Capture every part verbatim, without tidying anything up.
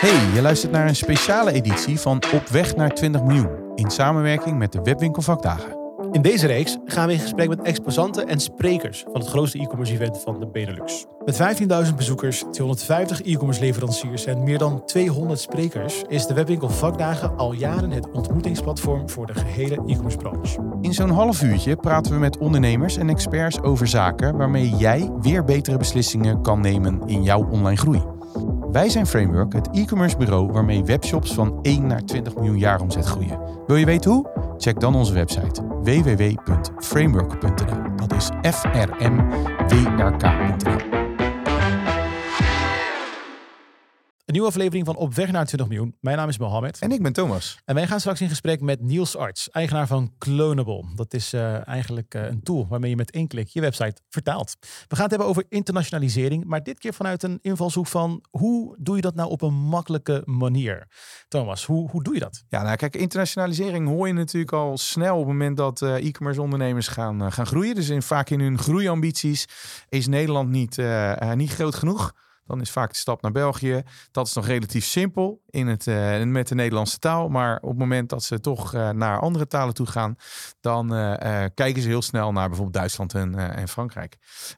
Hey, je luistert naar een speciale editie van Op weg naar twintig miljoen in samenwerking met de Webwinkel Vakdagen. In deze reeks gaan we in gesprek met exposanten en sprekers van het grootste e-commerce event van de Benelux. Met vijftienduizend bezoekers, tweehonderdvijftig e-commerce leveranciers en meer dan tweehonderd sprekers is de Webwinkel Vakdagen al jaren het ontmoetingsplatform voor de gehele e-commerce branche. In zo'n half uurtje praten we met ondernemers en experts over zaken waarmee jij weer betere beslissingen kan nemen in jouw online groei. Wij zijn Framework, het e-commerce bureau waarmee webshops van één naar twintig miljoen jaaromzet groeien. Wil je weten hoe? Check dan onze website w w w punt framework punt n l. Dat is F R M W R K punt n l. Een nieuwe aflevering van Op weg naar twintig miljoen. Mijn naam is Mohammed. En ik ben Thomas. En wij gaan straks in gesprek met Niels Arts, eigenaar van Clonable. Dat is uh, eigenlijk uh, een tool waarmee je met één klik je website vertaalt. We gaan het hebben over internationalisering, maar dit keer vanuit een invalshoek van hoe doe je dat nou op een makkelijke manier? Thomas, hoe, hoe doe je dat? Ja, nou kijk, internationalisering hoor je natuurlijk al snel op het moment dat uh, e-commerce ondernemers gaan, uh, gaan groeien. Dus in, vaak in hun groeiambities is Nederland niet, uh, uh, niet groot genoeg. Dan is vaak de stap naar België. Dat is nog relatief simpel in het, uh, met de Nederlandse taal. Maar op het moment dat ze toch uh, naar andere talen toe gaan, dan uh, uh, kijken ze heel snel naar bijvoorbeeld Duitsland en, uh, en Frankrijk.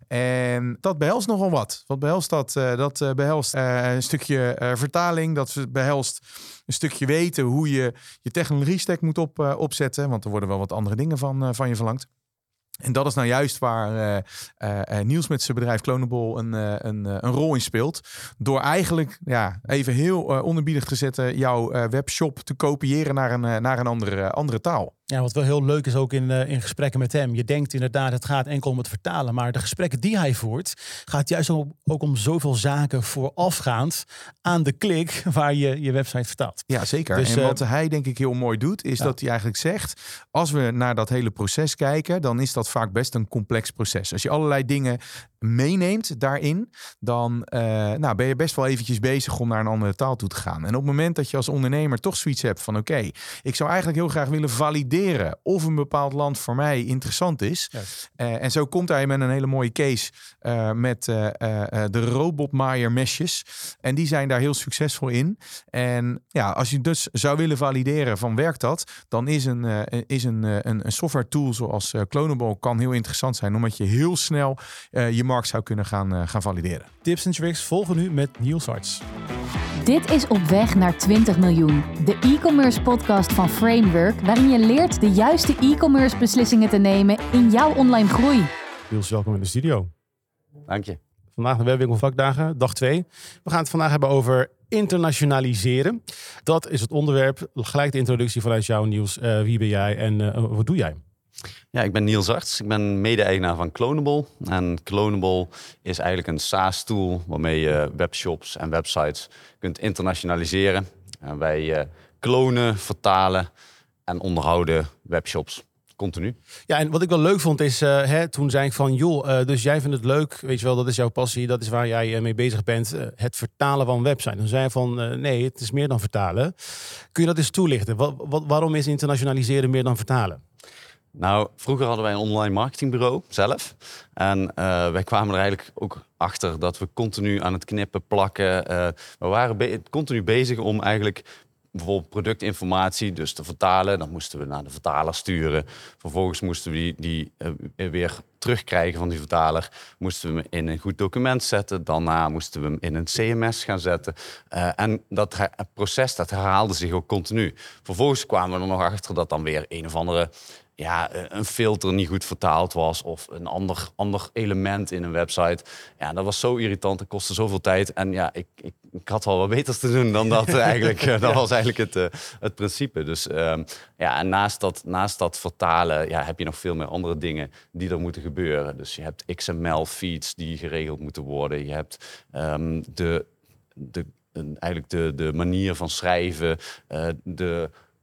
En dat behelst nogal wat. Wat behelst dat? Uh, dat uh, behelst uh, een stukje uh, vertaling. Dat behelst een stukje weten hoe je je technologie stack moet op, uh, opzetten. Want er worden wel wat andere dingen van, uh, van je verlangd. En dat is nou juist waar uh, uh, Niels met zijn bedrijf Clonable een, uh, een, uh, een rol in speelt. Door eigenlijk, ja, even heel uh, onderbiedig te zetten, jouw uh, webshop te kopiëren naar een, uh, naar een andere, uh, andere taal. Ja, wat wel heel leuk is ook in, uh, in gesprekken met hem. Je denkt inderdaad, het gaat enkel om het vertalen. Maar de gesprekken die hij voert, gaat juist ook, ook om zoveel zaken voorafgaand aan de klik waar je je website vertaalt. Ja, zeker. Dus, en uh, wat hij denk ik heel mooi doet, is ja. dat hij eigenlijk zegt, als we naar dat hele proces kijken, dan is dat vaak best een complex proces. Als je allerlei dingen meeneemt daarin, dan uh, nou, ben je best wel eventjes bezig om naar een andere taal toe te gaan. En op het moment dat je als ondernemer toch zoiets hebt van oké, okay, ik zou eigenlijk heel graag willen valideren of een bepaald land voor mij interessant is. Yes. Uh, en zo komt hij met een hele mooie case uh, met uh, uh, de robotmaaier mesjes. En die zijn daar heel succesvol in. En ja, als je dus zou willen valideren van werkt dat, dan is een, uh, is een, uh, een, een software tool zoals uh, Clonable kan heel interessant zijn, omdat je heel snel uh, je markt zou kunnen gaan, uh, gaan valideren. Tips en tricks volgen nu met Niels Arts. Dit is Op weg naar twintig miljoen, de e-commerce podcast van Framework, waarin je leert de juiste e-commerce beslissingen te nemen in jouw online groei. Niels, welkom in de studio. Dank je. Vandaag de Webwinkel Vakdagen, dag twee. We gaan het vandaag hebben over internationaliseren. Dat is het onderwerp. Gelijk de introductie vanuit jou, Niels. Uh, wie ben jij en uh, wat doe jij? Ja, ik ben Niels Arts. Ik ben mede-eigenaar van Clonable. En Clonable is eigenlijk een SaaS-tool waarmee je webshops en websites kunt internationaliseren. En wij uh, klonen, vertalen en onderhouden webshops continu. Ja, en wat ik wel leuk vond is, uh, hè, toen zei ik van, joh, uh, dus jij vindt het leuk, weet je wel, dat is jouw passie, dat is waar jij uh, mee bezig bent, uh, het vertalen van websites. Dan zei je van, uh, nee, het is meer dan vertalen. Kun je dat eens toelichten? Wat, wat, waarom is internationaliseren meer dan vertalen? Nou, vroeger hadden wij een online marketingbureau zelf. En uh, wij kwamen er eigenlijk ook achter dat we continu aan het knippen, plakken. Uh, we waren be- continu bezig om eigenlijk bijvoorbeeld productinformatie dus te vertalen. Dan moesten we naar de vertaler sturen. Vervolgens moesten we die, die uh, weer terugkrijgen van die vertaler. Moesten we hem in een goed document zetten. Daarna moesten we hem in een C M S gaan zetten. Uh, en dat her- proces dat herhaalde zich ook continu. Vervolgens kwamen we er nog achter dat dan weer een of andere ja, een filter niet goed vertaald was of een ander, ander element in een website. Ja, dat was zo irritant, dat kostte zoveel tijd. En ja, ik, ik, ik had wel wat beters te doen dan dat eigenlijk. Dat ja. was eigenlijk het, uh, het principe. Dus um, ja, en naast dat, naast dat vertalen ja, heb je nog veel meer andere dingen die er moeten gebeuren. Dus je hebt X M L-feeds die geregeld moeten worden. Je hebt um, de, de, eigenlijk de, de manier van schrijven, uh, de...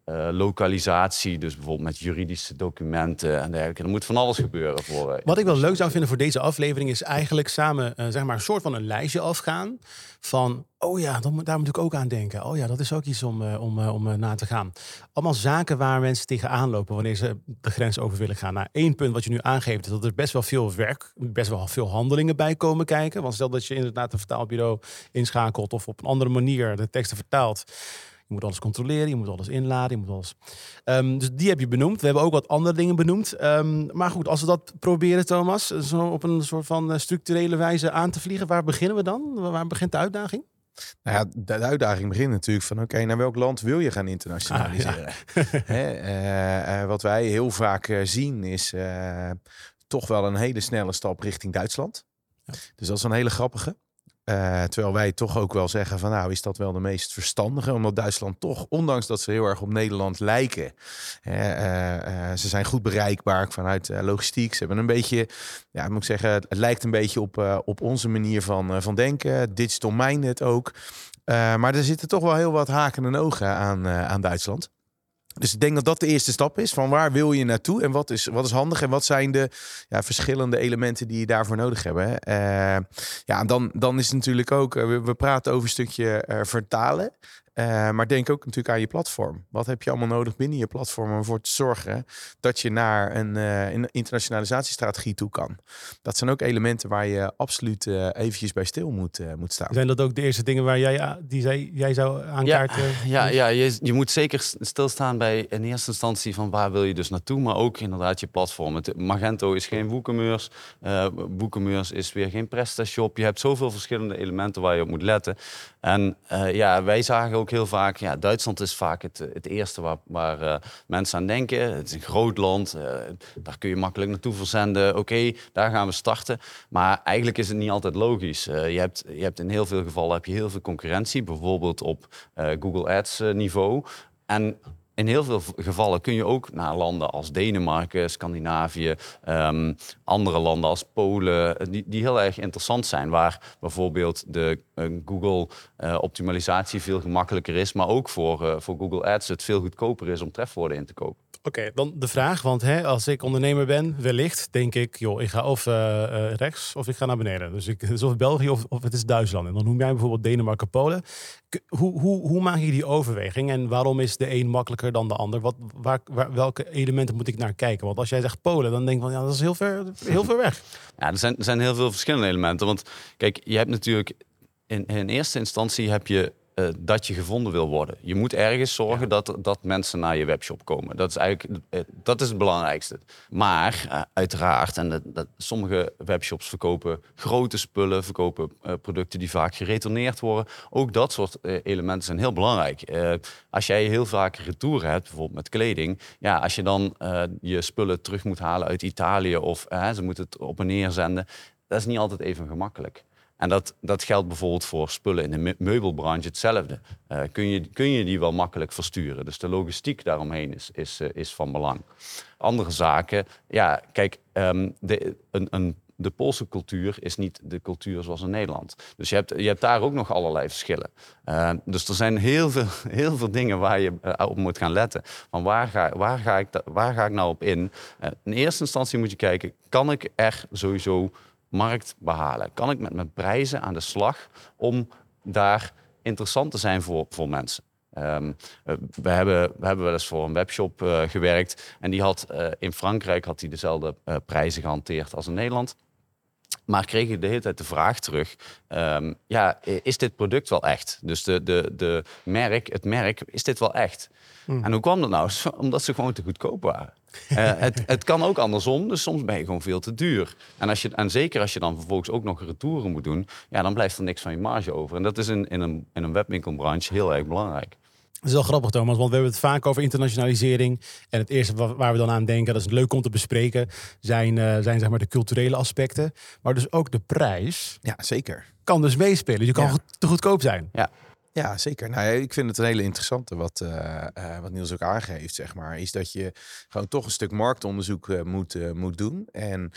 uh, lokalisatie, dus bijvoorbeeld met juridische documenten en dergelijke. Er moet van alles gebeuren. Voor, uh, Wat ik wel leuk zou vinden voor deze aflevering is eigenlijk samen uh, zeg maar een soort van een lijstje afgaan van, oh ja, dan, daar moet ik ook aan denken. Oh ja, dat is ook iets om, uh, om, uh, om uh, na te gaan. Allemaal zaken waar mensen tegenaan lopen wanneer ze de grens over willen gaan. Nou, één punt wat je nu aangeeft is dat er best wel veel werk, best wel veel handelingen bij komen kijken. Want stel dat je inderdaad een vertaalbureau inschakelt of op een andere manier de teksten vertaalt. Je moet alles controleren, je moet alles inladen, je moet alles... Um, dus die heb je benoemd. We hebben ook wat andere dingen benoemd. Um, maar goed, als we dat proberen, Thomas, zo op een soort van structurele wijze aan te vliegen, waar beginnen we dan? Waar begint de uitdaging? Nou ja, de, de uitdaging begint natuurlijk van, oké, okay, naar welk land wil je gaan internationaliseren? Ah, ja. Hè, uh, uh, wat wij heel vaak uh, zien is uh, toch wel een hele snelle stap richting Duitsland. Ja. Dus dat is een hele grappige. Uh, terwijl wij toch ook wel zeggen van, nou, is dat wel de meest verstandige? Omdat Duitsland toch, ondanks dat ze heel erg op Nederland lijken, uh, uh, ze zijn goed bereikbaar vanuit uh, logistiek. Ze hebben een beetje, ja, moet ik zeggen, het lijkt een beetje op, uh, op onze manier van, uh, van denken. Digital minded ook. Uh, maar er zitten toch wel heel wat haken en ogen aan, uh, aan Duitsland. Dus ik denk dat dat de eerste stap is. Van waar wil je naartoe en wat is, wat is handig en wat zijn de ja, verschillende elementen die je daarvoor nodig hebt. Uh, ja, en dan, dan is het natuurlijk ook, uh, we, we praten over een stukje uh, vertalen. Uh, maar denk ook natuurlijk aan je platform. Wat heb je allemaal nodig binnen je platform om ervoor te zorgen dat je naar een, uh, een internationalisatiestrategie toe kan. Dat zijn ook elementen waar je absoluut uh, eventjes bij stil moet, uh, moet staan. Zijn dat ook de eerste dingen waar jij, die zij, jij zou aankaarten? Ja, ja, ja je, je moet zeker stilstaan bij in eerste instantie van waar wil je dus naartoe, maar ook inderdaad je platform. Het, Magento is geen WooCommerce, uh, WooCommerce is weer geen PrestaShop. Je hebt zoveel verschillende elementen waar je op moet letten. En uh, ja, wij zagen ook heel vaak, ja, Duitsland is vaak het, het eerste waar, waar uh, mensen aan denken. Het is een groot land, uh, daar kun je makkelijk naartoe verzenden. Oké, okay, daar gaan we starten. Maar eigenlijk is het niet altijd logisch. Uh, je, hebt, je hebt in heel veel gevallen heb je heel veel concurrentie, bijvoorbeeld op uh, Google Ads uh, niveau. En in heel veel gevallen kun je ook naar landen als Denemarken, Scandinavië, um, andere landen als Polen, die, die heel erg interessant zijn, waar bijvoorbeeld de uh, Google-optimalisatie uh, veel gemakkelijker is, maar ook voor, uh, voor Google Ads het veel goedkoper is om trefwoorden in te kopen. Oké, okay, dan de vraag, want hè, als ik ondernemer ben, wellicht denk ik, joh, ik ga of uh, uh, rechts of ik ga naar beneden. Dus ik, het is of België of, of het is Duitsland. En dan noem jij bijvoorbeeld Denemarken, Polen. K- hoe, hoe, hoe maak je die overweging en waarom is de een makkelijker dan de ander? Wat, waar, waar, welke elementen moet ik naar kijken? Want als jij zegt Polen, dan denk ik van, ja, dat is heel ver, heel ver weg. Ja, er zijn, er zijn heel veel verschillende elementen. Want kijk, je hebt natuurlijk in, in eerste instantie heb je Uh, dat je gevonden wil worden. Je moet ergens zorgen ja. dat, dat mensen naar je webshop komen. Dat is eigenlijk uh, dat is het belangrijkste. Maar uh, uiteraard, en dat, dat, sommige webshops verkopen grote spullen, verkopen uh, producten die vaak geretourneerd worden. Ook dat soort uh, elementen zijn heel belangrijk. Uh, als jij heel vaak retour hebt, bijvoorbeeld met kleding, ja, als je dan uh, je spullen terug moet halen uit Italië of uh, ze moeten het op en neer zenden, dat is niet altijd even gemakkelijk. En dat, dat geldt bijvoorbeeld voor spullen in de meubelbranche hetzelfde. Uh, kun, je, kun je die wel makkelijk versturen. Dus de logistiek daaromheen is, is, uh, is van belang. Andere zaken, ja, kijk, um, de, een, een, de Poolse cultuur is niet de cultuur zoals in Nederland. Dus je hebt, je hebt daar ook nog allerlei verschillen. Uh, dus er zijn heel veel, heel veel dingen waar je uh, op moet gaan letten. Van waar ga, waar ga, ik, waar ga ik nou op in? Uh, in eerste instantie moet je kijken, kan ik er sowieso markt behalen? Kan ik met mijn prijzen aan de slag om daar interessant te zijn voor, voor mensen? Um, we, hebben, we hebben wel eens voor een webshop uh, gewerkt en die had uh, in Frankrijk had die dezelfde uh, prijzen gehanteerd als in Nederland. Maar kreeg ik de hele tijd de vraag terug, um, ja, is dit product wel echt? Dus de, de, de merk, het merk, is dit wel echt? Hmm. En hoe kwam dat nou? Omdat ze gewoon te goedkoop waren. uh, het, het kan ook andersom, dus soms ben je gewoon veel te duur. En, als je, en zeker als je dan vervolgens ook nog retouren moet doen, ja, dan blijft er niks van je marge over. En dat is in, in, een, in een webwinkelbranche heel erg belangrijk. Dat is wel grappig, Thomas, want we hebben het vaak over internationalisering. En het eerste waar we dan aan denken, dat is leuk om te bespreken, zijn, uh, zijn zeg maar de culturele aspecten. Maar dus ook de prijs. Ja, zeker. Kan dus meespelen. Je kan ja. te goedkoop zijn. Ja. Ja, zeker. Nou, ik vind het een hele interessante wat, uh, uh, wat Niels ook aangeeft, zeg maar. Is dat je gewoon toch een stuk marktonderzoek uh, moet, uh, moet doen. En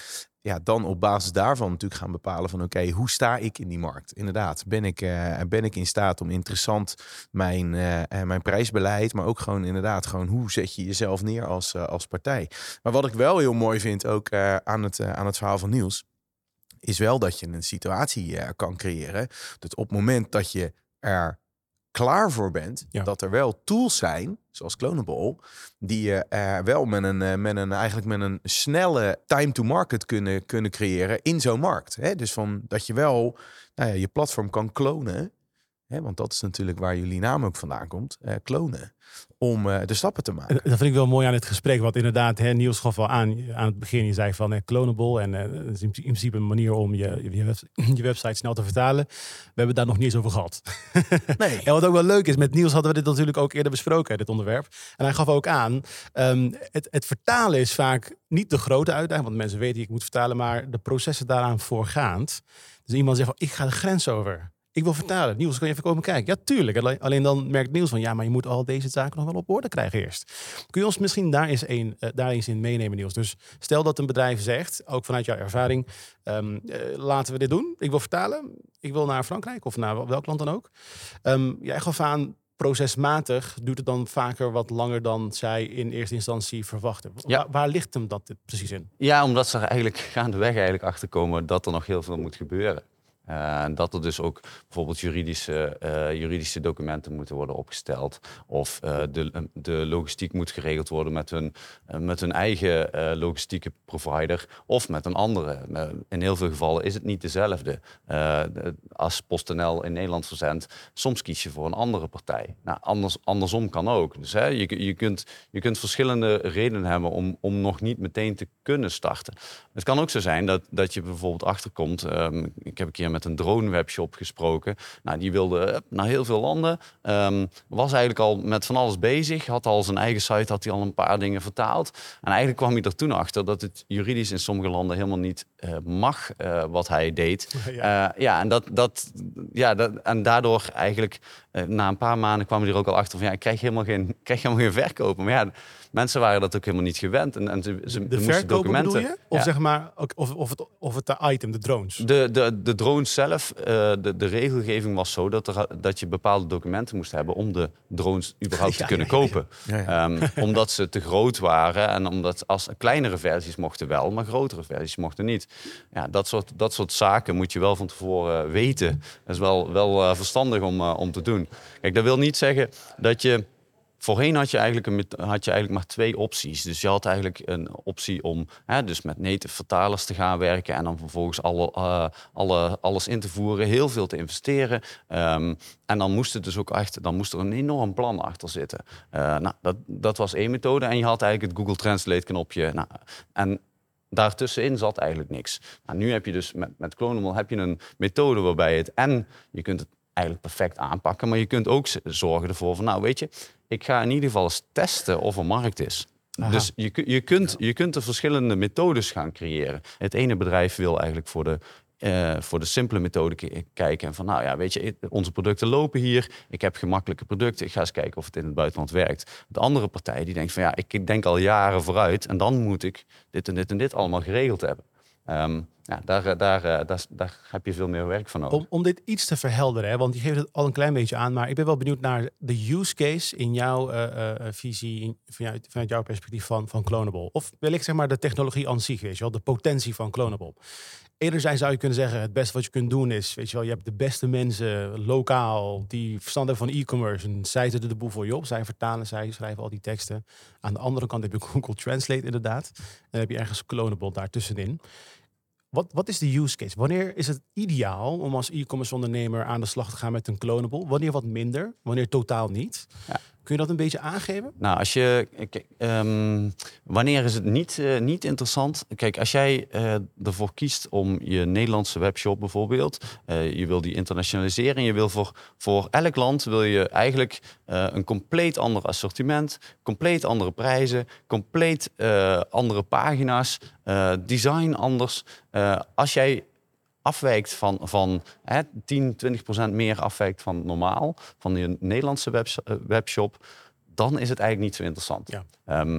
ja, dan op basis daarvan natuurlijk gaan bepalen van oké, okay, hoe sta ik in die markt? Inderdaad, ben ik, uh, ben ik in staat om interessant mijn, uh, mijn prijsbeleid, maar ook gewoon inderdaad, gewoon hoe zet je jezelf neer als, uh, als partij? Maar wat ik wel heel mooi vind ook uh, aan, het, uh, aan het verhaal van Niels, is wel dat je een situatie uh, kan creëren dat op het moment dat je er klaar voor bent, ja. dat er wel tools zijn, zoals Clonable, die je uh, wel met een, uh, met een, eigenlijk met een snelle time to market kunnen, kunnen creëren in zo'n markt. Hè? Dus van dat je wel nou ja, je platform kan klonen, hè? Want dat is natuurlijk waar jullie naam ook vandaan komt, uh, klonen, om uh, de stappen te maken. Dat vind ik wel mooi aan het gesprek, want inderdaad, hè, Niels gaf al aan aan het begin, je zei van eh, Clonable en uh, is in principe een manier om je, je, web, je website snel te vertalen. We hebben daar nog niet eens over gehad. Nee. En wat ook wel leuk is, met Niels hadden we dit natuurlijk ook eerder besproken, dit onderwerp. En hij gaf ook aan, um, het, het vertalen is vaak niet de grote uitdaging, want mensen weten ik moet vertalen, maar de processen daaraan voorgaand. Dus iemand zegt van, ik ga de grens over. Ik wil vertalen. Niels, kan je even komen kijken? Ja, tuurlijk. Alleen dan merkt Niels van, ja, maar je moet al deze zaken nog wel op orde krijgen eerst. Kun je ons misschien daar eens, een, uh, daar eens in meenemen, Niels? Dus stel dat een bedrijf zegt, ook vanuit jouw ervaring, um, uh, laten we dit doen. Ik wil vertalen. Ik wil naar Frankrijk of naar welk land dan ook. Um, jij gaf aan, procesmatig duurt het dan vaker wat langer dan zij in eerste instantie verwachten. Ja. Waar, waar ligt hem dat precies in? Ja, omdat ze er eigenlijk gaandeweg eigenlijk achter komen dat er nog heel veel moet gebeuren. Uh, dat er dus ook bijvoorbeeld juridische, uh, juridische documenten moeten worden opgesteld. Of uh, de, de logistiek moet geregeld worden met hun, uh, met hun eigen uh, logistieke provider of met een andere. Uh, in heel veel gevallen is het niet dezelfde. Uh, de, als PostNL in Nederland verzendt, soms kies je voor een andere partij. Nou, anders, andersom kan ook. Dus hè, je, je, kunt, je kunt verschillende redenen hebben om, om nog niet meteen te kunnen starten. Het kan ook zo zijn dat, dat je bijvoorbeeld achterkomt. Um, ik heb een keer met een drone webshop gesproken. Nou, die wilde naar heel veel landen. Um, was eigenlijk al met van alles bezig. Had al zijn eigen site, had hij al een paar dingen vertaald. En eigenlijk kwam hij er toen achter dat het juridisch in sommige landen helemaal niet uh, mag uh, wat hij deed. Ja, uh, ja en, dat, dat, ja dat, en daardoor eigenlijk uh, na een paar maanden kwamen die er ook al achter van ja, ik krijg helemaal geen, krijg helemaal geen verkopen. Maar ja, mensen waren dat ook helemaal niet gewend. En, en ze, ze de moesten documenten. Bedoel je? Of ja. zeg maar, of, of, het, of het de item, de drones? De, de, de drones zelf, uh, de, de regelgeving was zo dat, er, dat je bepaalde documenten moest hebben om de drones überhaupt ja, te kunnen ja, ja, ja. kopen. Ja, ja. Um, omdat ze te groot waren en omdat als kleinere versies mochten wel, maar grotere versies mochten niet. Ja, dat soort, dat soort zaken moet je wel van tevoren weten. Dat is wel, wel uh, verstandig om, uh, om te doen. Kijk, dat wil niet zeggen dat je... Voorheen had je, eigenlijk een, had je eigenlijk maar twee opties. Dus je had eigenlijk een optie om hè, dus met native vertalers te gaan werken en dan vervolgens alle, uh, alle, alles in te voeren, heel veel te investeren. Um, en dan moest, het dus ook echt, dan moest er een enorm plan achter zitten. Uh, nou, dat, dat was één methode. En je had eigenlijk het Google Translate knopje. Nou, en daartussenin zat eigenlijk niks. Nou, nu heb je dus met, met Clonable heb je een methode waarbij het en je kunt het eigenlijk perfect aanpakken, maar je kunt ook zorgen ervoor van, nou weet je, ik ga in ieder geval eens testen of er markt is. Aha. Dus je, je, kunt, je kunt er verschillende methodes gaan creëren. Het ene bedrijf wil eigenlijk voor de, uh, voor de simpele methode k- kijken en van, nou ja, weet je, onze producten lopen hier, ik heb gemakkelijke producten, ik ga eens kijken of het in het buitenland werkt. De andere partij die denkt van, ja, ik denk al jaren vooruit en dan moet ik dit en dit en dit allemaal geregeld hebben. Um, ja, daar, daar, daar, daar heb je veel meer werk van nodig. Om, om dit iets te verhelderen, hè, want je geeft het al een klein beetje aan, maar ik ben wel benieuwd naar de use case in jouw uh, uh, visie, in, vanuit, vanuit jouw perspectief van, van Clonable. Of wellicht zeg maar de technologie aan zich, weet je wel, de potentie van Clonable. Enerzijds zou je kunnen zeggen, het beste wat je kunt doen is, weet je wel, je hebt de beste mensen lokaal die verstand hebben van e-commerce en zij zetten de boel voor je op. Zij vertalen, zij schrijven al die teksten. Aan de andere kant heb je Google Translate inderdaad. En dan heb je ergens Clonable daartussenin. Wat, wat is de use case? Wanneer is het ideaal om als e-commerce ondernemer aan de slag te gaan met een Clonable? Wanneer wat minder? Wanneer totaal niet? Ja. Kun je dat een beetje aangeven? Nou, als je, kijk, um, wanneer is het niet, uh, niet interessant? Kijk, als jij uh, ervoor kiest om je Nederlandse webshop bijvoorbeeld, uh, je wil die internationaliseren en je wil voor, voor elk land wil je eigenlijk uh, een compleet ander assortiment, compleet andere prijzen, compleet uh, andere pagina's, uh, design anders. Uh, als jij afwijkt van, van hè, tien, twintig procent meer afwijkt van normaal, van je Nederlandse webs- webshop, dan is het eigenlijk niet zo interessant. Ja. Um,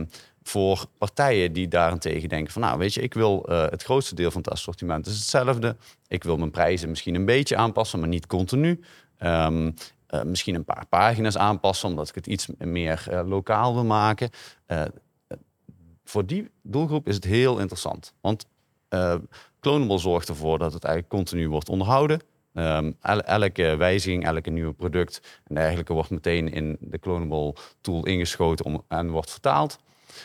voor partijen die daarentegen denken van, nou weet je, ik wil uh, het grootste deel van het assortiment is hetzelfde. Ik wil mijn prijzen misschien een beetje aanpassen, maar niet continu. Um, uh, misschien een paar pagina's aanpassen, omdat ik het iets meer uh, lokaal wil maken. Uh, voor die doelgroep is het heel interessant. Want uh, Clonable zorgt ervoor dat het eigenlijk continu wordt onderhouden. Um, el- elke wijziging, elke nieuwe product en dergelijke wordt meteen in de Clonable tool ingeschoten om, en wordt vertaald.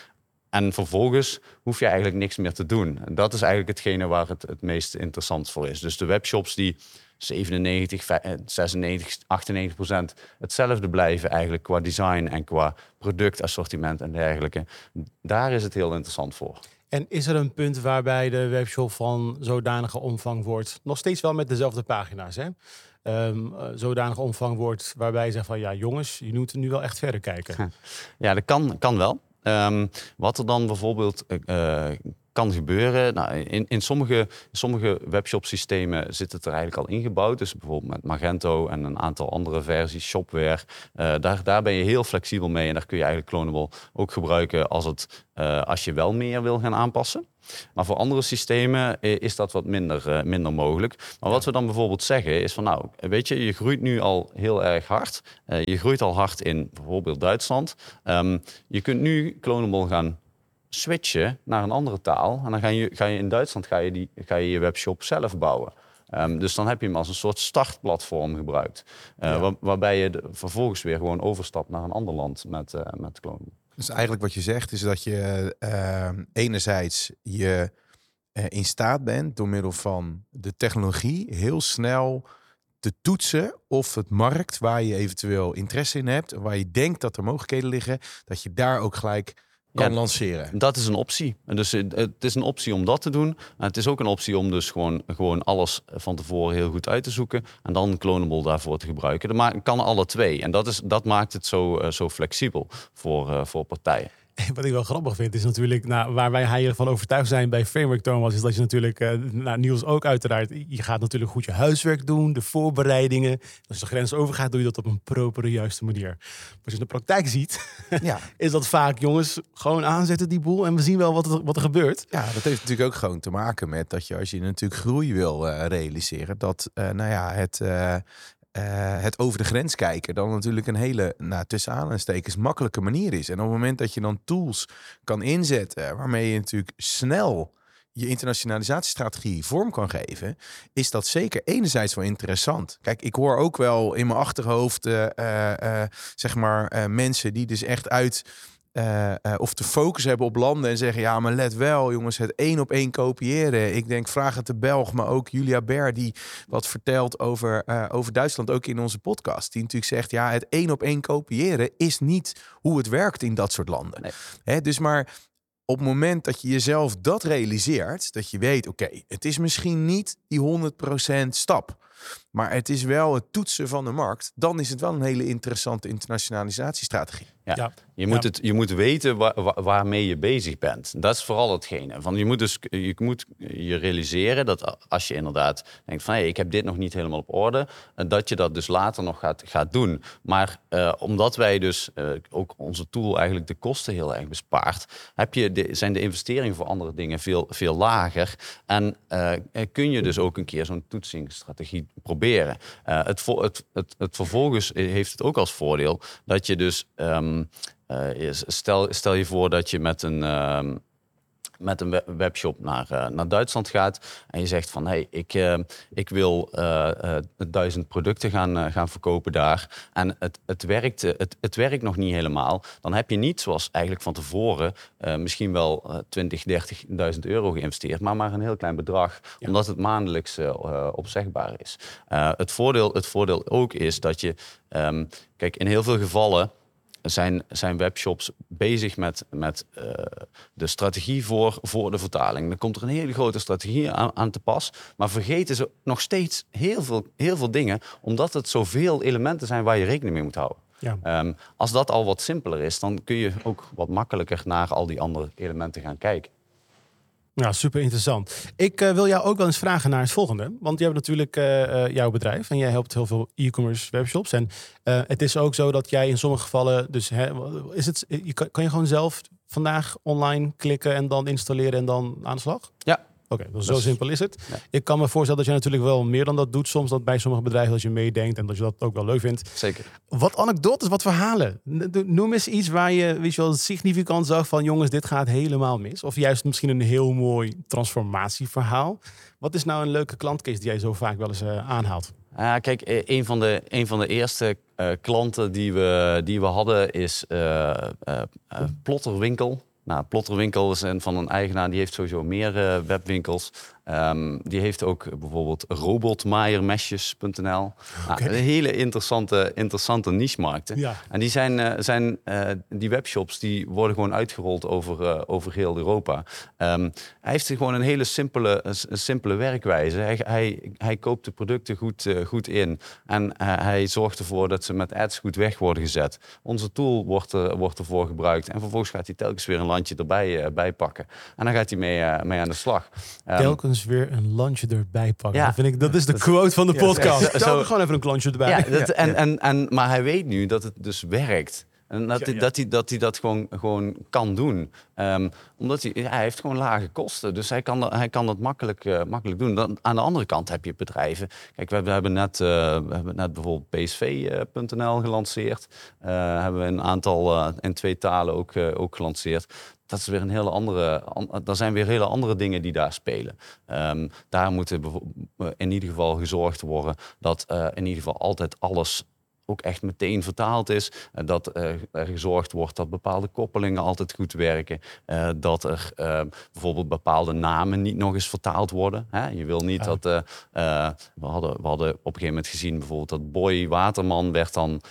En vervolgens hoef je eigenlijk niks meer te doen. En dat is eigenlijk hetgene waar het het meest interessant voor is. Dus de webshops die zevenennegentig, zesennegentig, achtennegentig procent hetzelfde blijven eigenlijk qua design en qua productassortiment en dergelijke. Daar is het heel interessant voor. En is er een punt waarbij de webshop van zodanige omvang wordt, nog steeds wel met dezelfde pagina's, hè? Um, zodanige omvang wordt waarbij je zegt van ja jongens, je moet nu wel echt verder kijken. Ja, dat kan, kan wel. Um, wat er dan bijvoorbeeld uh, kan gebeuren. Nou, in, in sommige, sommige webshop-systemen zit het er eigenlijk al ingebouwd. Dus bijvoorbeeld met Magento en een aantal andere versies, Shopware. Uh, daar, daar ben je heel flexibel mee. En daar kun je eigenlijk Clonable ook gebruiken als, het, uh, als je wel meer wil gaan aanpassen. Maar voor andere systemen is dat wat minder, uh, minder mogelijk. Maar wat we dan bijvoorbeeld zeggen is van nou, weet je, je groeit nu al heel erg hard. Uh, je groeit al hard in bijvoorbeeld Duitsland. Um, je kunt nu Clonable gaan switchen naar een andere taal. En dan ga je, ga je in Duitsland ga je, die, ga je je webshop zelf bouwen. Um, dus dan heb je hem als een soort startplatform gebruikt. Uh, ja. waar, waarbij je de, vervolgens weer gewoon overstapt naar een ander land met, uh, met Clonable. Dus eigenlijk wat je zegt is dat je uh, enerzijds je uh, in staat bent door middel van de technologie heel snel te toetsen of het markt waar je eventueel interesse in hebt, waar je denkt dat er mogelijkheden liggen, dat je daar ook gelijk kan ja, lanceren. Dat is een optie. Dus het is een optie om dat te doen. En het is ook een optie om dus gewoon, gewoon alles van tevoren heel goed uit te zoeken en dan Clonable daarvoor te gebruiken. Dat kan alle twee. En dat, is, dat maakt het zo, uh, zo flexibel voor, uh, voor partijen. Wat ik wel grappig vind is natuurlijk, nou, waar wij hiervan overtuigd zijn bij Framework Thomas, is dat je natuurlijk, uh, nou, Niels ook uiteraard, je gaat natuurlijk goed je huiswerk doen, de voorbereidingen. Als je de grens overgaat, doe je dat op een propere, juiste manier. Maar als je in de praktijk ziet, ja. is dat vaak, jongens, gewoon aanzetten die boel en we zien wel wat er, wat er gebeurt. Ja, dat heeft natuurlijk ook gewoon te maken met dat je, als je natuurlijk groei wil uh, realiseren, dat, uh, nou ja, het... Uh, Uh, het over de grens kijken dan natuurlijk een hele, nou, tussen aanhalingstekens makkelijke manier is. En op het moment dat je dan tools kan inzetten waarmee je natuurlijk snel je internationalisatiestrategie vorm kan geven, is dat zeker enerzijds wel interessant. Kijk, ik hoor ook wel in mijn achterhoofd uh, uh, zeg maar uh, mensen die dus echt uit Uh, uh, of te focus hebben op landen en zeggen, ja, maar let wel, jongens, het één op één kopiëren. Ik denk, vraag het de Belg, maar ook Julia Ber, die wat vertelt over, uh, over Duitsland, ook in onze podcast. Die natuurlijk zegt, ja, het één op één kopiëren is niet hoe het werkt in dat soort landen. Nee. Hè, dus maar op het moment dat je jezelf dat realiseert, dat je weet, oké, okay, het is misschien niet die honderd procent stap, maar het is wel het toetsen van de markt, dan is het wel een hele interessante internationalisatiestrategie. Ja. Ja. Je, moet ja. het, je moet weten waar, waar, waarmee je bezig bent. Dat is vooral hetgene. Van je, moet dus, je moet je realiseren dat als je inderdaad denkt van hey, ik heb dit nog niet helemaal op orde, dat je dat dus later nog gaat, gaat doen. Maar uh, omdat wij dus uh, ook onze tool eigenlijk de kosten heel erg bespaart, heb je de, zijn de investeringen voor andere dingen veel, veel lager. En uh, kun je dus ook een keer zo'n toetsingsstrategie proberen. Uh, het, vo- het, het, het vervolgens heeft het ook als voordeel dat je dus Um, Uh, stel, stel je voor dat je met een, uh, met een webshop naar, uh, naar Duitsland gaat en je zegt van hey, ik, uh, ik wil uh, uh, duizend producten gaan, uh, gaan verkopen daar en het, het, werkt, uh, het, het werkt nog niet helemaal. Dan heb je niet zoals eigenlijk van tevoren uh, misschien wel uh, twintig, dertigduizend euro geïnvesteerd, maar maar een heel klein bedrag, ja. omdat het maandelijks uh, uh, opzegbaar is. Uh, het, voordeel, het voordeel ook is dat je, um, kijk, in heel veel gevallen Zijn, zijn webshops bezig met, met uh, de strategie voor, voor de vertaling. Dan komt er een hele grote strategie aan, aan te pas. Maar vergeten ze nog steeds heel veel, heel veel dingen, omdat het zoveel elementen zijn waar je rekening mee moet houden. Ja. Um, als dat al wat simpeler is, dan kun je ook wat makkelijker naar al die andere elementen gaan kijken. Ja, super interessant. Ik uh, wil jou ook wel eens vragen naar het volgende. Want je hebt natuurlijk uh, uh, jouw bedrijf en jij helpt heel veel e-commerce webshops. En uh, het is ook zo dat jij in sommige gevallen, dus hè, is het, je kan, kan je gewoon zelf vandaag online klikken en dan installeren en dan aan de slag? Ja. Oké, okay, dus Dat zo is, simpel is het. Ja. Ik kan me voorstellen dat je natuurlijk wel meer dan dat doet. Soms dat bij sommige bedrijven dat je meedenkt en dat je dat ook wel leuk vindt. Zeker. Wat anekdotes, wat verhalen. Noem eens iets waar je, weet je wel, significant zag van jongens, dit gaat helemaal mis. Of juist misschien een heel mooi transformatieverhaal. Wat is nou een leuke klantcase die jij zo vaak wel eens uh, aanhaalt? Uh, kijk, een van de, een van de eerste uh, klanten die we, die we hadden is uh, uh, uh, Plotterwinkel. Nou, Plotterwinkel is een van een eigenaar, die heeft sowieso meer uh, webwinkels. Um, die heeft ook bijvoorbeeld robotmaaiermesjes punt n l. Okay. Nou, een hele interessante, interessante niche-markten. Ja. En die, zijn, uh, zijn, uh, die webshops die worden gewoon uitgerold over, uh, over heel Europa. Um, hij heeft gewoon een hele simpele, een simpele werkwijze. Hij, hij, hij koopt de producten goed, uh, goed in. En uh, hij zorgt ervoor dat ze met ads goed weg worden gezet. Onze tool wordt, er, wordt ervoor gebruikt. En vervolgens gaat hij telkens weer een landje erbij uh, bij pakken. En dan gaat hij mee, uh, mee aan de slag. Um, telkens weer een landje erbij pakken. Ja, dat, vind ik, dat is de quote van de ja, podcast. Ja, zo, zo, gewoon even een klantje erbij. Ja, dat, en, en, en, maar hij weet nu dat het dus werkt. En dat, ja, ja. dat, hij, dat hij dat gewoon, gewoon kan doen. Um, omdat hij, ja, hij heeft gewoon lage kosten. Dus hij kan, hij kan dat makkelijk, uh, makkelijk doen. Dan, aan de andere kant heb je bedrijven. Kijk, we, we, hebben, net, uh, we hebben net bijvoorbeeld P S V punt n l gelanceerd. Uh, hebben we een aantal uh, in twee talen ook, uh, ook gelanceerd. Dat is weer een hele andere. Er zijn weer hele andere dingen die daar spelen. Um, daar moet in ieder geval gezorgd worden dat uh, in ieder geval altijd alles ook echt meteen vertaald is. Uh, dat uh, er gezorgd wordt dat bepaalde koppelingen altijd goed werken. Uh, dat er uh, bijvoorbeeld bepaalde namen niet nog eens vertaald worden. Hè? Je wil niet ja. dat... Uh, uh, we, hadden, we hadden op een gegeven moment gezien bijvoorbeeld dat Boy Waterman werd dan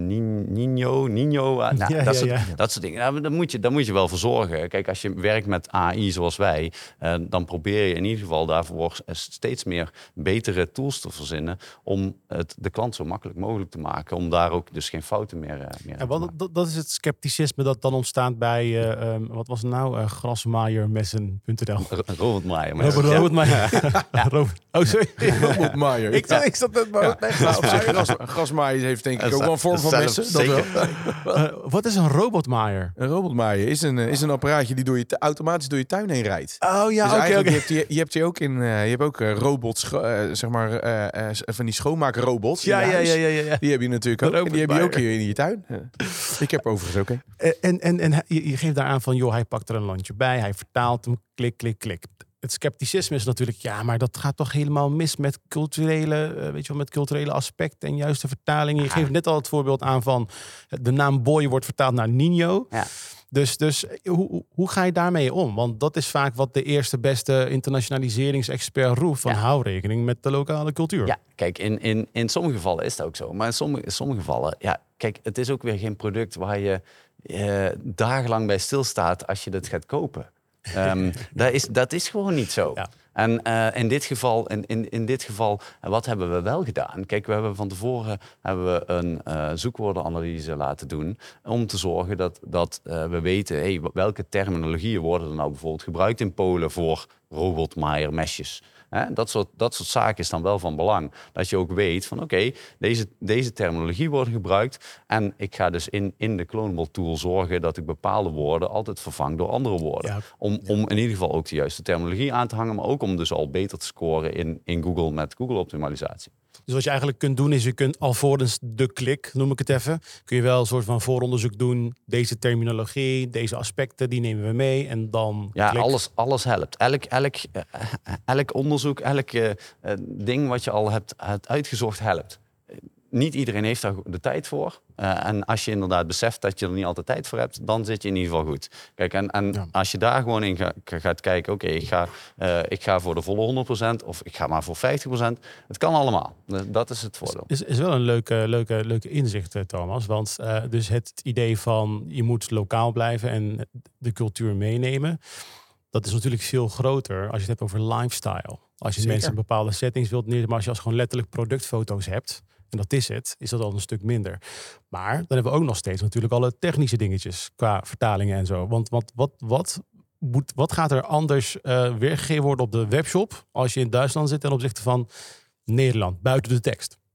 Nino, Nino. Uh, nou, ja, dat, ja, soort, ja. dat soort dingen. Nou, daar, moet je, daar moet je wel voor zorgen. Kijk, als je werkt met A I zoals wij, uh, dan probeer je in ieder geval daarvoor steeds meer betere tools te verzinnen om het de klant zo makkelijk mogelijk te maken. Om daar ook dus geen fouten meer, uh, meer ja, wat, dat, dat is het scepticisme dat dan ontstaat bij, uh, um, wat was het nou? Uh, grasmaaiermessen punt n l. Robotmaier. Robot, Robotmaier. Ja. Ja. Robot, oh, sorry. Robotmaier. ik, ja. ik zat net maar... Ja. Gras, grasmaaier heeft denk ik ook wel een vorm van messen. Dat wel. uh, wat is een robotmaaier? Een robotmaaier is een, is een apparaatje die door je automatisch door je tuin heen rijdt. Oh ja, dus oké. Okay, okay. Je hebt die, je hebt die ook in, uh, je hebt ook uh, robots, uh, zeg maar, uh, uh, van die schoonmaakrobots. Ja, ja, ja, ja, ja. Die heb je natuurlijk ook. En die heb je ook hier in je tuin. Ja. Ik heb overigens ook een. Okay. En, en, en je, je geeft daar aan van, joh, hij pakt er een landje bij, hij vertaalt hem, klik, klik, klik. Het scepticisme is natuurlijk, ja, maar dat gaat toch helemaal mis met culturele, uh, weet je wel, met culturele aspecten en juiste vertalingen. Je ja. geeft net al het voorbeeld aan van de naam Boy wordt vertaald naar Nino. Ja. Dus, dus hoe, hoe ga je daarmee om? Want dat is vaak wat de eerste beste internationaliseringsexpert roept. Van ja. hou rekening met de lokale cultuur. Ja, kijk, in, in, in sommige gevallen is dat ook zo. Maar in sommige, in sommige gevallen, ja, kijk, het is ook weer geen product waar je uh, dagenlang bij stilstaat als je dat gaat kopen. Um, dat, is, dat is gewoon niet zo. Ja. En uh, in dit geval, in, in, in dit geval, wat hebben we wel gedaan? Kijk, we hebben van tevoren hebben we een uh, zoekwoordenanalyse laten doen om te zorgen dat, dat uh, we weten, hey, welke terminologieën worden er nou bijvoorbeeld gebruikt in Polen voor robotmaaiermesjes. Hè? Dat soort, dat soort zaken is dan wel van belang. Dat je ook weet van oké, okay, deze, deze terminologie wordt gebruikt en ik ga dus in, in de Clonable tool zorgen dat ik bepaalde woorden altijd vervang door andere woorden. Ja. Om, om in ieder geval ook de juiste terminologie aan te hangen, maar ook om dus al beter te scoren in, in Google met Google optimalisatie. Dus wat je eigenlijk kunt doen is, je kunt alvorens de klik, noem ik het even, kun je wel een soort van vooronderzoek doen. Deze terminologie, deze aspecten, die nemen we mee en dan Ja, klik. alles, alles helpt. Elk, elk, uh, elk onderzoek, elk uh, ding wat je al hebt, hebt uitgezocht helpt. Niet iedereen heeft daar de tijd voor. Uh, en als je inderdaad beseft dat je er niet altijd tijd voor hebt, dan zit je in ieder geval goed. Kijk, en, en ja. als je daar gewoon in ga, gaat kijken, oké, okay, ik, ga, uh, ik ga voor de volle honderd procent of ik ga maar voor vijftig procent. Het kan allemaal. Dat is het voordeel. Is, is wel een leuke, leuke, leuke inzicht, Thomas. Want uh, dus het idee van je moet lokaal blijven en de cultuur meenemen. Dat is natuurlijk veel groter als je het hebt over lifestyle. Als je Zeker. mensen in bepaalde settings wilt neerzetten, maar als je als gewoon letterlijk productfoto's hebt, en dat is het, is dat al een stuk minder. Maar dan hebben we ook nog steeds natuurlijk alle technische dingetjes qua vertalingen en zo. Want wat, wat, wat, moet, wat gaat er anders uh, weergegeven worden op de webshop als je in Duitsland zit ten opzichte van Nederland, buiten de tekst?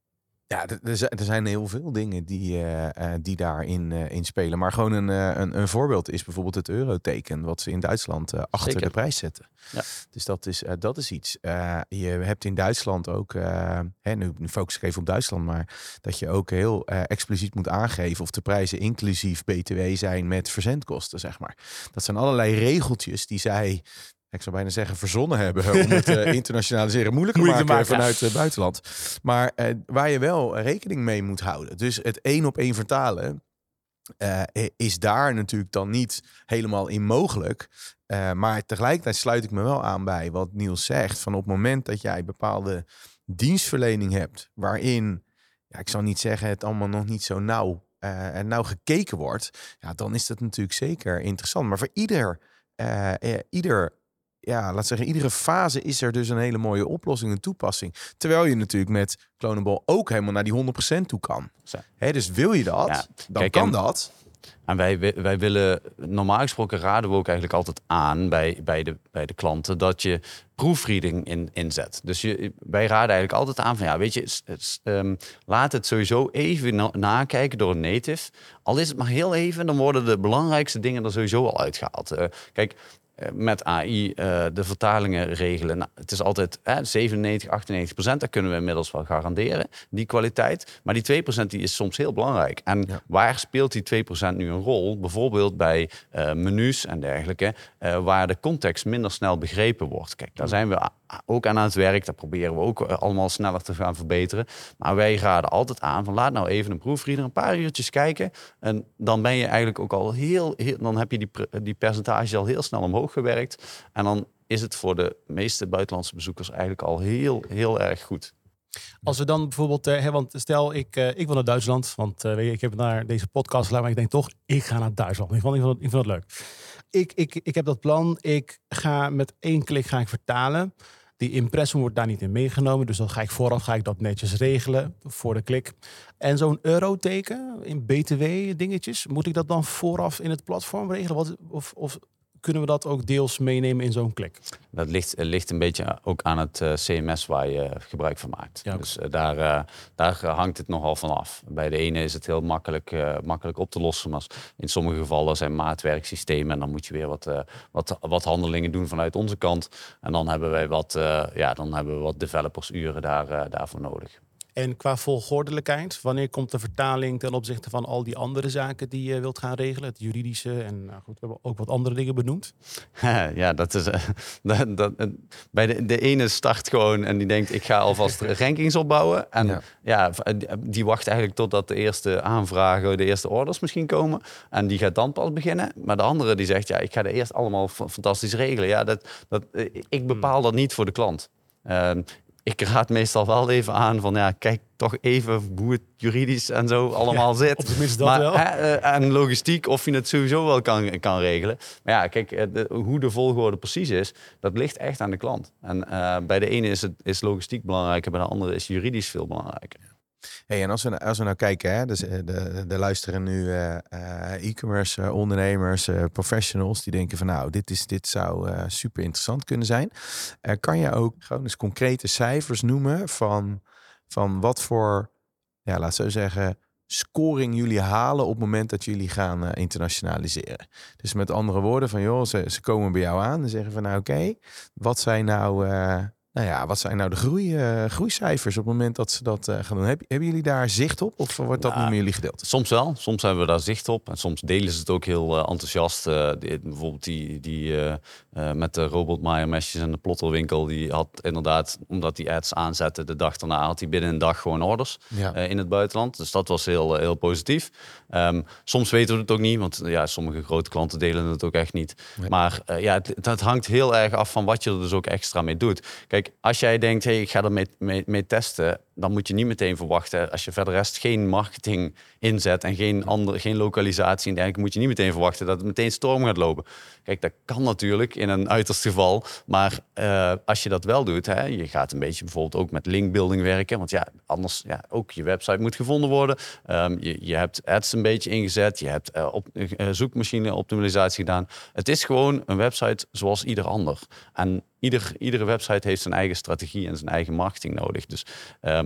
Ja, er zijn heel veel dingen die, uh, uh, die daarin uh, in spelen. Maar gewoon een, uh, een, een voorbeeld is bijvoorbeeld het euroteken, wat ze in Duitsland uh, achter Zeker. de prijs zetten. Ja. Dus dat is, uh, dat is iets. Uh, je hebt in Duitsland ook, uh, hè, nu, nu focus ik even op Duitsland, maar dat je ook heel uh, expliciet moet aangeven of de prijzen inclusief B T W zijn met verzendkosten, zeg maar. Dat zijn allerlei regeltjes die zij... Ik zou bijna zeggen verzonnen hebben om het uh, internationaliseren moeilijker Moeilijk maken, maken vanuit het uh, buitenland. Maar uh, waar je wel rekening mee moet houden. Dus het één op één vertalen uh, is daar natuurlijk dan niet helemaal in mogelijk. Uh, maar tegelijkertijd sluit ik me wel aan bij wat Niels zegt. Van op het moment dat jij bepaalde dienstverlening hebt waarin, ja, ik zal niet zeggen het allemaal nog niet zo nauw uh, en nauw gekeken wordt. Ja, dan is dat natuurlijk zeker interessant. Maar voor ieder, uh, uh, ieder Ja, laat zeggen, iedere fase is er dus een hele mooie oplossing, een toepassing. Terwijl je natuurlijk met Clonable ook helemaal naar die honderd procent toe kan. Hè, dus wil je dat, ja, dan kijk, kan en, dat. En wij, wij willen, normaal gesproken raden we ook eigenlijk altijd aan bij, bij, de, bij de klanten dat je proofreading in, inzet. Dus je, wij raden eigenlijk altijd aan van ja, weet je, s, s, um, laat het sowieso even na, nakijken door een native. Al is het maar heel even, dan worden de belangrijkste dingen er sowieso al uitgehaald. Uh, kijk, met A I uh, de vertalingen regelen. Nou, het is altijd eh, zevenennegentig, achtennegentig procent. Dat kunnen we inmiddels wel garanderen, die kwaliteit. Maar die twee procent die is soms heel belangrijk. En ja. waar speelt die twee procent nu een rol? Bijvoorbeeld bij uh, menus en dergelijke, uh, waar de context minder snel begrepen wordt. Kijk, daar zijn we ook aan aan het werk. Dat proberen we ook allemaal sneller te gaan verbeteren. Maar wij raden altijd aan van laat nou even een proofreader een paar uurtjes kijken. En dan ben je eigenlijk ook al heel, heel dan heb je die, die percentage al heel snel omhoog gewerkt. En dan is het voor de meeste buitenlandse bezoekers eigenlijk al heel, heel erg goed. Als we dan bijvoorbeeld, uh, hè, want stel ik, uh, ik wil naar Duitsland, want uh, weet je, ik heb naar deze podcast geluisterd, maar ik denk toch, ik ga naar Duitsland. Ik vond, ik vond, het, ik vond het leuk. Ik, ik, ik heb dat plan, ik ga met één klik ga ik vertalen. Die impressum wordt daar niet in meegenomen, dus dan ga ik vooraf ga ik dat netjes regelen voor de klik. En zo'n euroteken in B T W dingetjes, moet ik dat dan vooraf in het platform regelen? Wat, of, of kunnen we dat ook deels meenemen in zo'n klik? Dat ligt, ligt een beetje ook aan het uh, C M S waar je gebruik van maakt. Ja. Dus uh, daar, uh, daar hangt het nogal van af. Bij de ene is het heel makkelijk, uh, makkelijk op te lossen. Maar in sommige gevallen zijn maatwerksystemen. En dan moet je weer wat, uh, wat, wat handelingen doen vanuit onze kant. En dan hebben wij wat, uh, ja, dan hebben we wat developersuren daar, uh, daarvoor nodig. En qua volgordelijkheid, wanneer komt de vertaling ten opzichte van al die andere zaken die je wilt gaan regelen? Het juridische en nou goed, we hebben ook wat andere dingen benoemd. Ja, dat is... Uh, dat, dat, uh, bij de, de ene start gewoon en die denkt ik ga alvast rankings opbouwen. En ja. ja, die wacht eigenlijk totdat de eerste aanvragen, de eerste orders misschien komen. En die gaat dan pas beginnen. Maar de andere die zegt ja, ik ga de eerst allemaal fantastisch regelen. Ja, dat, dat, ik bepaal dat niet voor de klant. Uh, Ik raad meestal wel even aan van ja, kijk toch even hoe het juridisch en zo allemaal ja, zit. Op tenminste dat maar, wel. Hè, en logistiek, of je het sowieso wel kan, kan regelen. Maar ja, kijk, de, hoe de volgorde precies is, dat ligt echt aan de klant. En uh, bij de ene is, het, is logistiek belangrijker, bij de andere is juridisch veel belangrijker. Hey, en als we, als we nou kijken, hè, dus de, de, de luisteren nu uh, uh, e-commerce uh, ondernemers, uh, professionals, die denken van nou, dit, is, dit zou uh, super interessant kunnen zijn. Uh, kan je ook gewoon eens concrete cijfers noemen van, van wat voor, ja, laat zo zeggen, scoring jullie halen op het moment dat jullie gaan uh, internationaliseren? Dus met andere woorden van joh, ze, ze komen bij jou aan en zeggen van nou oké, okay, wat zijn nou... Uh, Nou ja, wat zijn nou de groei, uh, groeicijfers op het moment dat ze dat uh, gaan doen? Heb, hebben jullie daar zicht op of wordt dat nou, niet meer jullie gedeeld? Soms wel. Soms hebben we daar zicht op. En soms delen ze het ook heel uh, enthousiast. Uh, die, bijvoorbeeld die, die uh, uh, met de robotmaaiermesjes en de plotterwinkel. Die had inderdaad, omdat die ads aanzetten de dag daarna, had hij binnen een dag gewoon orders ja. uh, in het buitenland. Dus dat was heel, uh, heel positief. Um, soms weten we het ook niet, want ja, sommige grote klanten delen het ook echt niet. Nee. Maar uh, ja, het, het hangt heel erg af van wat je er dus ook extra mee doet. Kijk, als jij denkt, hey, ik ga er mee, mee, mee testen, dan moet je niet meteen verwachten. Als je verder rest geen marketing inzet en geen, andere, geen lokalisatie en dergelijke, moet je niet meteen verwachten dat het meteen storm gaat lopen. Kijk, dat kan natuurlijk in een uiterst geval. Maar uh, als je dat wel doet, hè, je gaat een beetje bijvoorbeeld ook met linkbuilding werken. Want ja, anders, ja, ook je website moet gevonden worden. Um, je, je hebt ads een beetje ingezet. Je hebt uh, op, uh, zoekmachine optimalisatie gedaan. Het is gewoon een website zoals ieder ander. En ieder, iedere website heeft zijn eigen strategie en zijn eigen marketing nodig. Dus um,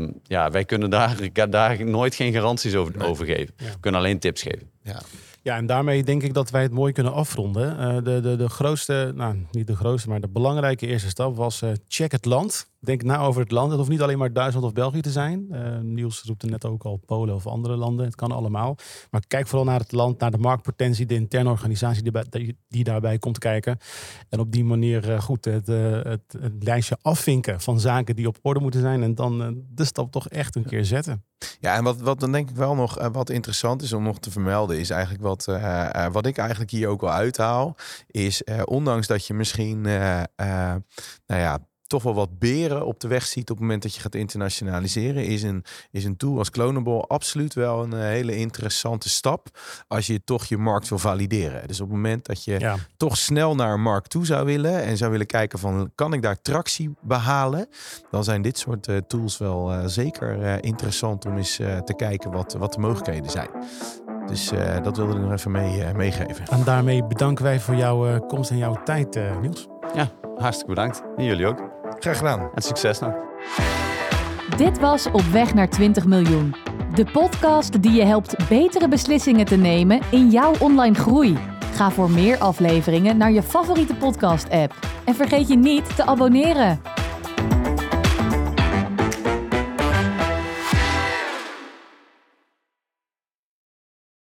um, ja, wij kunnen daar, daar nooit geen garanties over, Nee. over geven. Ja. We kunnen alleen tips geven. Ja. Ja, en daarmee denk ik dat wij het mooi kunnen afronden. Uh, de, de, de grootste, nou niet de grootste, maar de belangrijke eerste stap was uh, check het land. Denk na over het land. Het hoeft niet alleen maar Duitsland of België te zijn. Uh, Niels roept er net ook al Polen of andere landen. Het kan allemaal. Maar kijk vooral naar het land, naar de marktpotentie, de interne organisatie die, bij, die daarbij komt kijken. En op die manier uh, goed het, uh, het, het lijstje afvinken van zaken die op orde moeten zijn. En dan uh, de stap toch echt een keer zetten. Ja, en wat, wat dan denk ik wel nog uh, wat interessant is om nog te vermelden, is eigenlijk wat, uh, uh, wat ik eigenlijk hier ook wel uithaal, is uh, ondanks dat je misschien, uh, uh, nou ja, toch wel wat beren op de weg ziet op het moment dat je gaat internationaliseren, is een, is een tool als Clonable absoluut wel een uh, hele interessante stap als je toch je markt wil valideren. Dus op het moment dat je Ja. toch snel naar een markt toe zou willen en zou willen kijken van, kan ik daar tractie behalen, dan zijn dit soort uh, tools wel uh, zeker uh, interessant om eens uh, te kijken wat, wat de mogelijkheden zijn. Dus uh, dat wilde ik nog even mee, uh, meegeven. En daarmee bedanken wij voor jouw uh, komst en jouw tijd, uh, Niels. Ja, hartstikke bedankt. En jullie ook. Graag gedaan. En succes nog. Dit was Op weg naar twintig miljoen. De podcast die je helpt betere beslissingen te nemen in jouw online groei. Ga voor meer afleveringen naar je favoriete podcast-app. En vergeet je niet te abonneren.